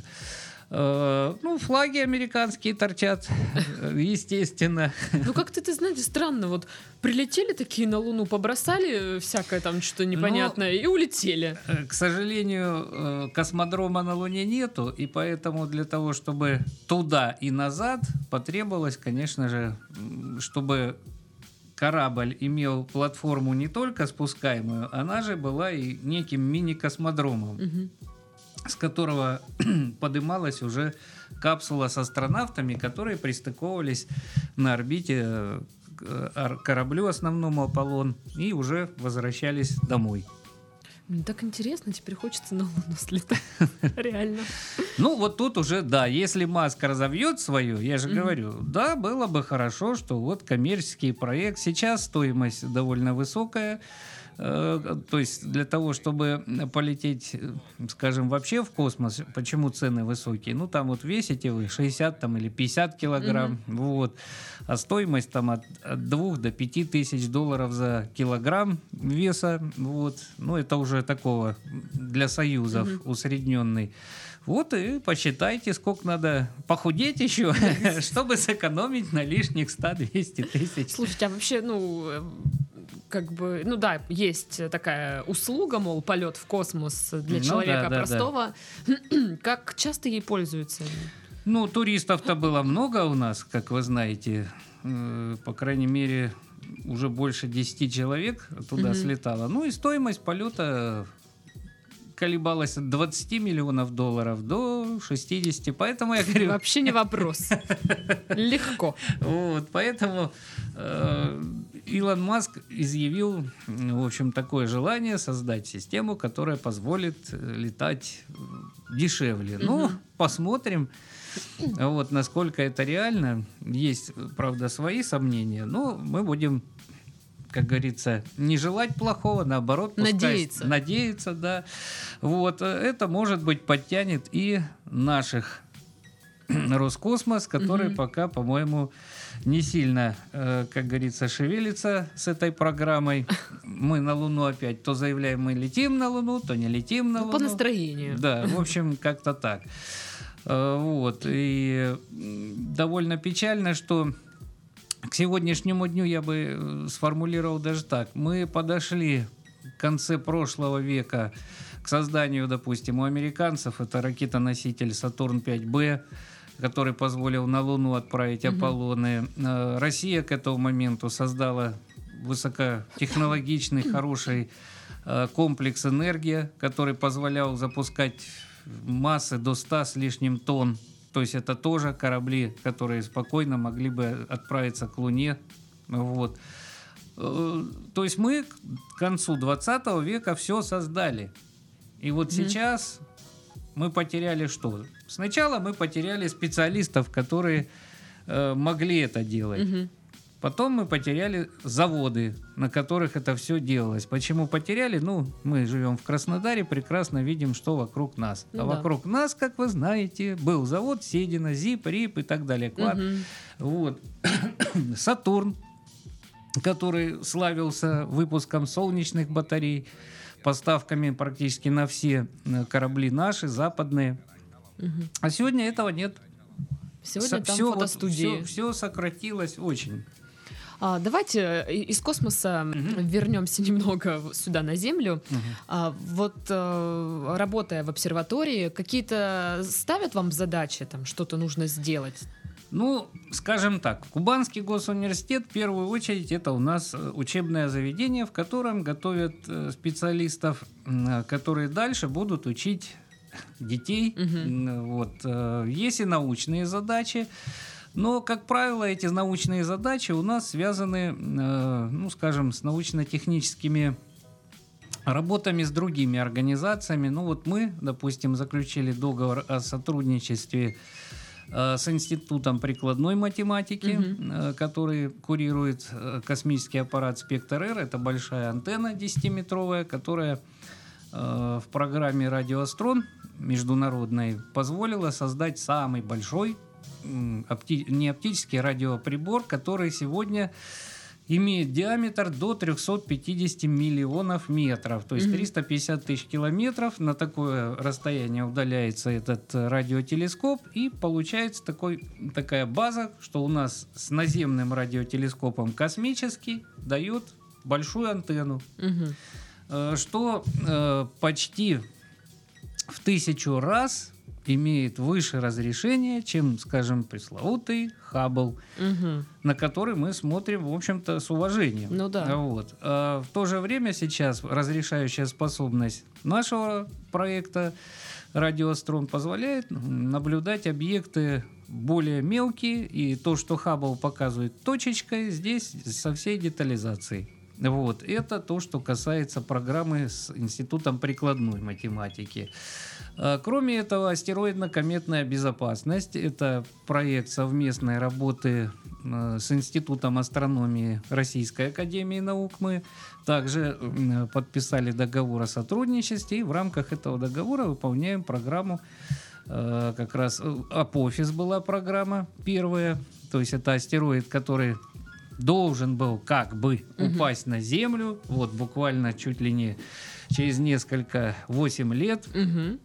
Ну, флаги американские торчат, естественно. Ну, как-то, ты знаешь, странно. Вот прилетели такие на Луну, побросали всякое там что-то непонятное, но, и улетели. К сожалению, космодрома на Луне нету, и поэтому для того, чтобы туда и назад, потребовалось, конечно же, чтобы корабль имел платформу не только спускаемую, она же была и неким мини-космодромом. Угу. С которого подымалась уже капсула с астронавтами, которые пристыковывались на орбите к кораблю основному «Аполлон» и уже возвращались домой. Мне так интересно, теперь хочется на Луну слетать. Реально. Ну, вот тут уже, да, если Маск разовьет свою, я же mm-hmm. говорю, да, было бы хорошо, что вот коммерческий проект. Сейчас стоимость довольно высокая. То есть для того, чтобы полететь, скажем, вообще в космос, почему цены высокие? Ну, там вот весите вы шестьдесят там, или пятьдесят килограмм, mm-hmm. вот, а стоимость там от, от двух до пяти тысяч долларов за килограмм веса, вот, ну, это уже такого для союзов mm-hmm. усредненный. Вот и посчитайте, сколько надо похудеть еще, чтобы сэкономить на лишних сто-двести тысяч. Слушайте, а вообще, ну... как бы, ну да, есть такая услуга, мол, полет в космос для ну, человека да, простого. Да, да. Как часто ей пользуются? Ну, туристов-то было много у нас, как вы знаете. По крайней мере, уже больше десяти человек туда mm-hmm. слетало. Ну и стоимость полета колебалась от двадцати миллионов долларов до шестидесяти. Поэтому я говорю... Вообще не вопрос. Легко. Вот, поэтому... Илон Маск изъявил, в общем, такое желание создать систему, которая позволит летать дешевле. Mm-hmm. Ну, посмотрим, вот, насколько это реально. Есть, правда, свои сомнения, но мы будем, как говорится, не желать плохого, наоборот, надеяться. Надеяться, да. Вот, это, может быть, подтянет и наших Роскосмос, который mm-hmm. пока, по-моему, не сильно, э, как говорится, шевелится с этой программой. Мы на Луну опять то заявляем, мы летим на Луну, то не летим на ну, Луну. По настроению. Да, в общем, как-то так. Э, вот. И довольно печально, что к сегодняшнему дню я бы сформулировал даже так. Мы подошли в конце прошлого века к созданию, допустим, у американцев это ракетоноситель Сатурн пять бэ, который позволил на Луну отправить Аполлоны. Mm-hmm. Россия к этому моменту создала высокотехнологичный, хороший комплекс «Энергия», который позволял запускать массы до ста с лишним тонн. То есть это тоже корабли, которые спокойно могли бы отправиться к Луне. Вот. То есть мы к концу двадцатого века все создали. И вот mm-hmm. сейчас мы потеряли что? Сначала мы потеряли специалистов, которые э, могли это делать. Угу. Потом мы потеряли заводы, на которых это все делалось. Почему потеряли? Ну, мы живем в Краснодаре, прекрасно видим, что вокруг нас. Ну, а да. вокруг нас, как вы знаете, был завод Седина, ЗИП, РИП и так далее, Клад. Мгм. Вот. Сатурн, который славился выпуском солнечных батарей, поставками практически на все э, корабли наши, западные. Мгм. А сегодня этого нет. Сегодня Со- там всё вот- фотостудии. всё- всё сократилось очень. А, давайте и- из космоса вернемся немного в- сюда на Землю. А, вот э, работая в обсерватории, какие-то ставят вам задачи, там что-то нужно сделать? Ну, скажем так, Кубанский госуниверситет в первую очередь это у нас э, учебное заведение, в котором готовят э, специалистов, м, которые дальше будут учить детей. Мгм. М, Вот. э, Есть и научные задачи, но, как правило, эти научные задачи у нас связаны, э, ну, скажем, с научно-техническими работами с другими организациями. Ну, вот мы, допустим, заключили договор о сотрудничестве э, с Институтом прикладной математики, Мгм. э, который курирует э, космический аппарат «Спектр-Р». Это большая антенна десятиметровая, которая э, в программе «Радиоастрон» международной позволила создать самый большой м, опти- не оптический радиоприбор, который сегодня имеет диаметр до триста пятьдесят миллионов метров, то есть Мгм. триста пятьдесят тысяч километров. На такое расстояние удаляется этот э, радиотелескоп, и получается такой, такая база, что у нас с наземным радиотелескопом космический дает большую антенну, Мгм. э, что э, почти в тысячу раз имеет выше разрешение, чем, скажем, пресловутый Хаббл, Мгм. на который мы смотрим, в общем-то, с уважением. Ну да. Вот. А в то же время сейчас разрешающая способность нашего проекта «Радиоастрон» позволяет наблюдать объекты более мелкие, и то, что Хаббл показывает точечкой, здесь со всей детализацией. Вот. Это то, что касается программы с Институтом прикладной математики. А, Кроме этого, астероидно-кометная безопасность – это проект совместной работы э, с Институтом астрономии Российской академии наук. Мы также м, подписали договор о сотрудничестве, и в рамках этого договора выполняем программу. э, Как раз э, Апофис была программа первая, то есть это астероид, который должен был как бы Мгм. упасть на Землю, вот буквально чуть ли не через несколько, восемь лет. Мгм.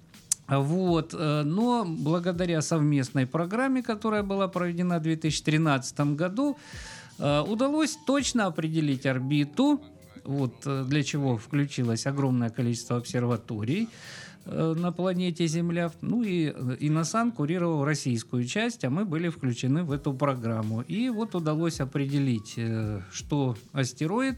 Вот. э, Но благодаря совместной программе, которая была проведена в две тысячи тринадцатом году, э, удалось точно определить орбиту, вот э, для чего включилось огромное количество обсерваторий э, на планете Земля. Ну и э, Инносан курировал российскую часть, а мы были включены в эту программу. И вот удалось определить, э, что астероид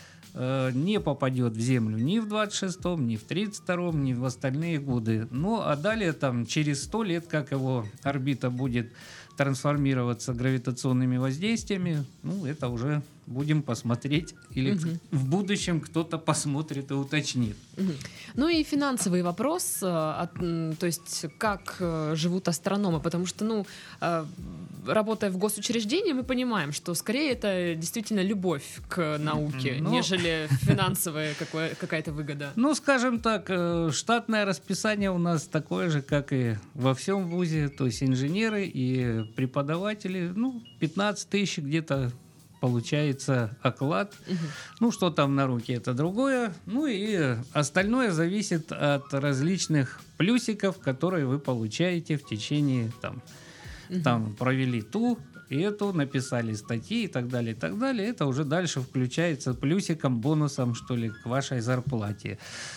э, не попадет в Землю ни в двадцать шестом, ни в тридцать втором, ни в остальные годы. Ну, а далее, там, через сто лет, как его орбита будет трансформироваться гравитационными воздействиями, ну, это уже будем посмотреть. Или Мгм. в будущем кто-то посмотрит и уточнит. Мгм. Ну и финансовый вопрос, э, от, м, то есть как э, живут астрономы, потому что, ну, э, работая в госучреждении, мы понимаем, что скорее это действительно любовь к науке, Ну. нежели финансовая какое- какая-то выгода. Ну, скажем так, э, штатное расписание у нас такое же, как и во всем вузе, то есть инженеры и преподаватели, ну, пятнадцать тысяч где-то получается оклад. Мгм. Ну, что там на руки, это другое. Ну и остальное зависит от различных плюсиков, которые вы получаете в течение, там, Мгм. там провели ту, и эту, написали статьи и так далее, и так далее. Это уже дальше включается плюсиком, бонусом, что ли, к вашей зарплате.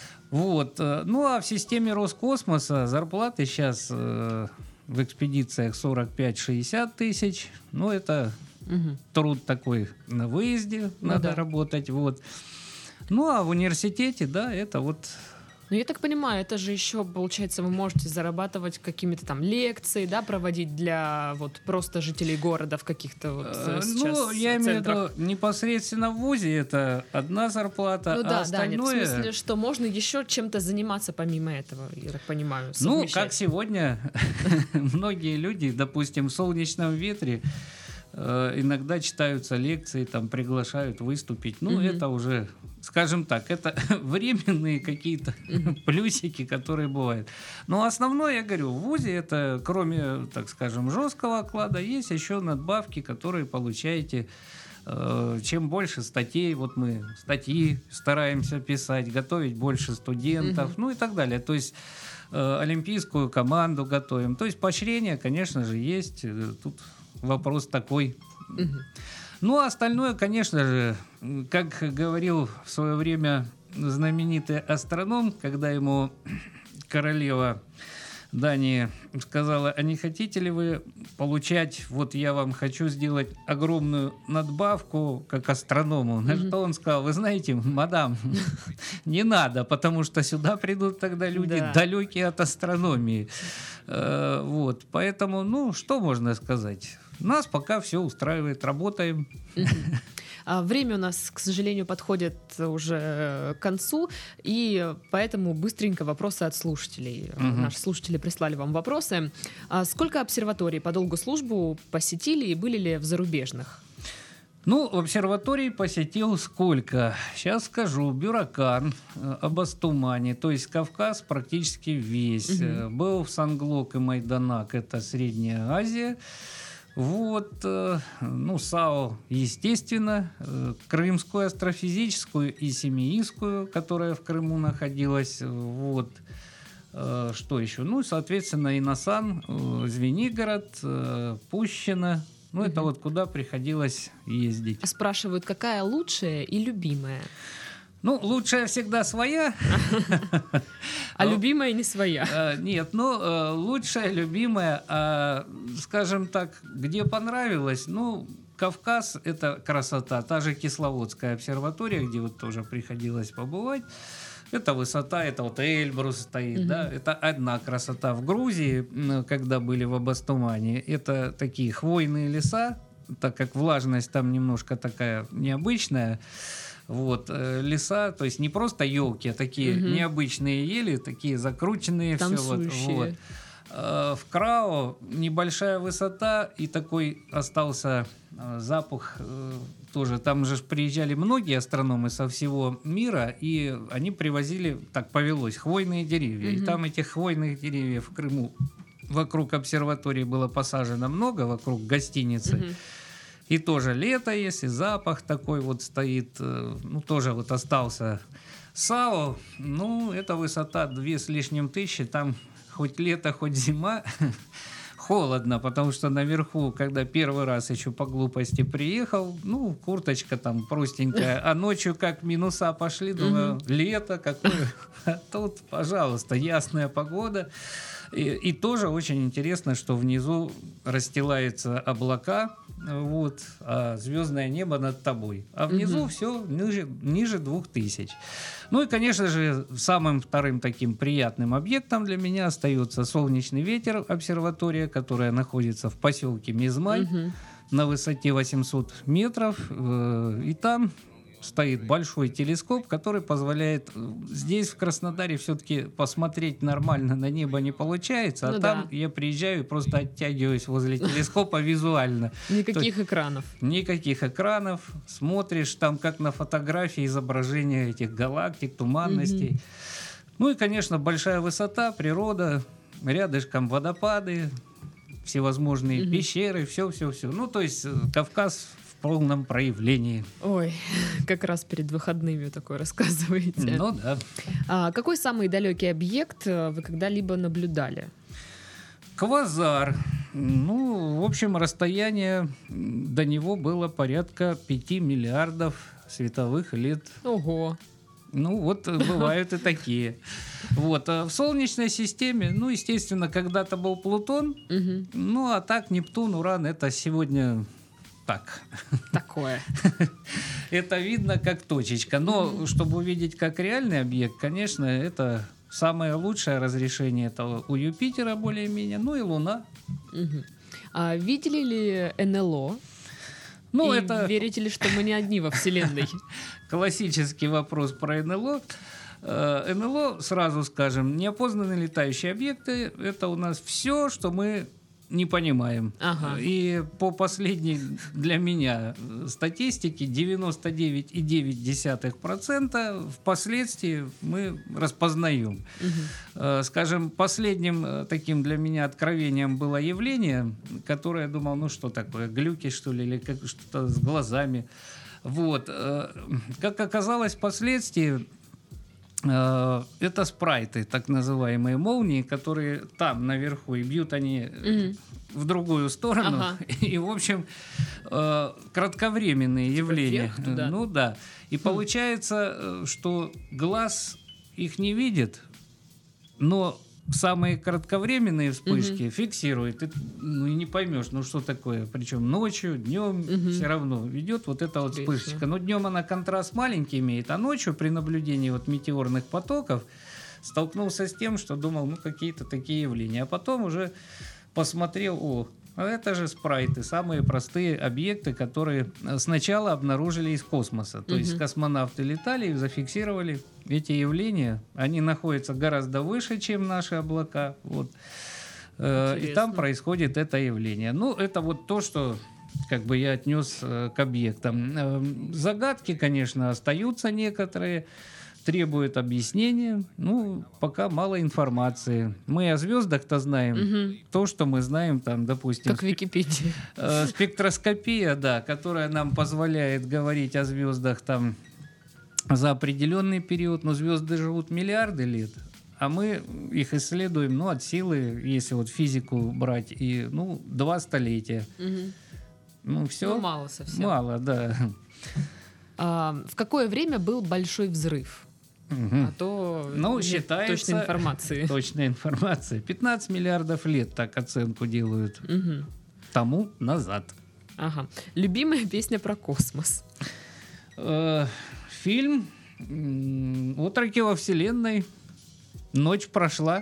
Вот. э, Ну, а в системе Роскосмоса зарплаты сейчас э, в экспедициях сорок пять - шестьдесят тысяч. Ну, это Мгм. труд такой на выезде, Ну надо да. работать. Вот. Ну, а в университете, да, это вот... Ну, я так понимаю, это же еще, получается, вы можете зарабатывать какими-то там лекции, да, проводить для вот просто жителей города в каких-то вот э, э, сейчас ну, я имею в центрах. виду непосредственно в вузе это одна зарплата, Ну а да, да, нет, остальное... в смысле, что можно еще чем-то заниматься помимо этого, я так понимаю, Ну, совмещать. как сегодня многие люди, допустим, в солнечном ветре иногда читаются лекции, там приглашают выступить. Ну, Мгм. это уже, скажем так, это временные какие-то плюсики, которые бывают. Но основное, я говорю, в ВУЗе это, кроме, так скажем, жесткого оклада, есть еще надбавки, которые получаете. Э, Чем больше статей, вот мы статьи стараемся писать, готовить больше студентов, Мгм. ну и так далее. То есть э, олимпийскую команду готовим. То есть поощрение, конечно же, есть. Э, Тут вопрос такой. Мгм. Ну, а остальное, конечно же, м, как говорил в свое время знаменитый астроном, когда ему королева Дании сказала: а не хотите ли вы получать, вот я вам хочу сделать огромную надбавку как астроному. На Мгм. что он сказал: вы знаете, мадам, не надо, потому что сюда придут тогда люди Да. далекие от астрономии. Э, Вот, поэтому, ну, что можно сказать? Нас пока все устраивает, работаем. Мгм. А Время у нас, к сожалению, подходит уже э, к концу, и поэтому быстренько вопросы от слушателей. Э, Мгм. Наши слушатели прислали вам вопросы. А Сколько обсерваторий по долгу службу посетили и были ли в зарубежных? Ну, обсерваторий посетил сколько? Сейчас скажу. Бюракан, э, Абастумани, то есть Кавказ практически весь. Мгм. Э, Был в Санглок и Майданак, это Средняя Азия. Вот, э, ну, САО, естественно, э, Крымскую астрофизическую и Семиискую, которая в Крыму находилась. Вот. Э, Что еще? Ну, соответственно, Инасан, э, Звенигород, э, Пущино. Ну, это Мгм. вот куда приходилось ездить. Спрашивают, какая лучшая и любимая? Ну, лучшая всегда своя. А Ну, любимая не своя. э, Нет, ну, э, лучшая, любимая, а, скажем так, где понравилось, ну, Кавказ — это красота. Та же Кисловодская обсерватория, где вот тоже приходилось побывать. Это высота, это вот Эльбрус стоит, Мгм. да, это одна красота. В Грузии, м, когда были в Абастумане, это такие хвойные леса, так как влажность там немножко такая необычная. Вот, э, леса, то есть не просто елки, а такие Мгм. необычные ели, такие закрученные, все вот, Танцующие. вот. Э, В Крао небольшая высота и такой остался э, запах э, тоже. Там же ж приезжали многие астрономы со всего мира, и они привозили, так повелось, хвойные деревья. И Мгм. там этих хвойных деревьев в Крыму вокруг обсерватории было посажено много, вокруг гостиницы. Мгм. И тоже лето есть, и запах такой вот стоит. э, Ну, тоже вот остался САО. Ну, это высота две с лишним тысячи. Там хоть лето, хоть зима. Холодно, потому что наверху, когда первый раз еще по глупости приехал, ну, курточка там простенькая, а ночью как минуса пошли, думаю, лето какое. А тут, пожалуйста, ясная погода. И, и тоже очень интересно, что внизу расстилаются облака, вот, а звездное небо над тобой. А внизу Мгм. все ниже, ниже двух тысяч. Ну и, конечно же, самым вторым таким приятным объектом для меня остается солнечный ветер, обсерватория, которая находится в поселке Мизмай Мгм. на высоте восемьсот метров. Э, И там стоит большой телескоп, который позволяет э, здесь, в Краснодаре, все-таки посмотреть нормально на небо не получается, а Ну там да. я приезжаю и просто оттягиваюсь возле телескопа визуально. Никаких экранов. Никаких экранов, смотришь там как на фотографии изображения этих галактик, туманностей. Мгм. Ну и, конечно, большая высота, природа, рядышком водопады, всевозможные Мгм. пещеры, все-все-все. Ну, то есть э, Кавказ в полном проявлении. Ой, как раз перед выходными такое рассказываете. Ну да. А какой самый далекий объект э, вы когда-либо наблюдали? Квазар. Ну, в общем, расстояние м, до него было порядка пяти миллиардов световых лет. Ого. Ну, вот э, бывают и такие. Вот. А в Солнечной системе, ну, естественно, когда-то был Плутон, Мгм. ну, а так Нептун, Уран — это сегодня так. Такое. Это видно как точечка. Но чтобы увидеть как реальный объект, конечно, это самое лучшее разрешение. Это у Юпитера более-менее, ну и Луна. Мгм. А видели ли эн эл о? Ну, И это верите ли, что мы не одни во Вселенной? классический вопрос про эн эл о. Э, эн эл о, сразу скажем, неопознанные летающие объекты — это у нас все, что мы не понимаем. Ага. И по последней для меня статистике девяносто девять целых девять десятых процента впоследствии мы распознаем. Угу. Скажем, последним таким для меня откровением было явление, которое я думал, ну что такое, глюки что ли, или как, что-то с глазами. Вот. Как оказалось впоследствии, это спрайты, так называемые молнии, которые там наверху, и бьют они mm-hmm. в другую сторону. Ага. И, в общем, э, кратковременные типа явления. Туда. Ну да. И хм. получается, что глаз их не видит, но самые кратковременные вспышки mm-hmm. фиксирует. И, ну и не поймешь, ну что такое. Причем ночью, днем mm-hmm. все равно ведет вот эта вот вспышечка. Но днем она контраст маленький имеет, а ночью при наблюдении вот метеорных потоков столкнулся с тем, что думал, ну какие-то такие явления. А потом уже посмотрел, о, это же спрайты, самые простые объекты, которые сначала обнаружили из космоса. То mm-hmm. есть космонавты летали и зафиксировали эти явления. Они находятся гораздо выше, чем наши облака. Вот. И там происходит это явление. Ну, это вот то, что как бы я отнес к объектам. Загадки, конечно, остаются некоторые, требуют объяснения. Ну, пока мало информации. Мы о звездах-то знаем угу. то, что мы знаем, там, допустим... Как в Википедии. Спектроскопия, да, которая нам позволяет говорить о звездах там за определенный период. Но звезды живут миллиарды лет, а мы их исследуем, ну, от силы, если вот физику брать, и, ну, два столетия. Угу. Ну, все. Ну, мало совсем. Мало, да. А, в какое время был большой взрыв? Угу. А то ну, считается, точной информации. Точная информация. пятнадцать миллиардов лет так оценку делают. Угу. Тому назад. Ага. Любимая песня про космос? Э, фильм «Отроки во вселенной». Ночь прошла.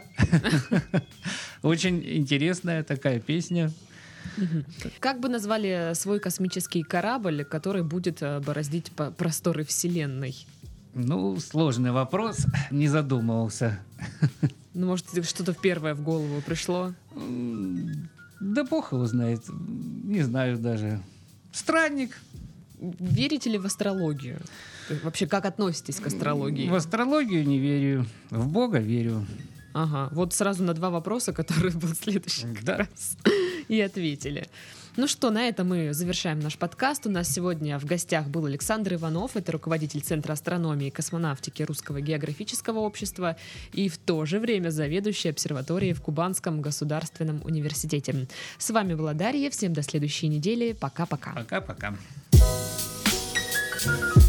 Очень интересная такая песня. Как бы назвали свой космический корабль, который будет бороздить просторы вселенной? Ну, сложный вопрос, не задумывался. Ну, может, что-то первое в голову пришло? Да бог его знает, не знаю даже. Странник. Верите ли в астрологию? Вообще, как относитесь к астрологии? В астрологию не верю, в Бога верю. Ага, вот сразу на два вопроса, которые был следующий да. раз, и ответили. Ну что, на этом мы завершаем наш подкаст. У нас сегодня в гостях был Александр Иванов, это руководитель Центра астрономии и космонавтики Русского географического общества и в то же время заведующий обсерваторией в Кубанском государственном университете. С вами была Дарья. Всем до следующей недели. Пока-пока. Пока-пока.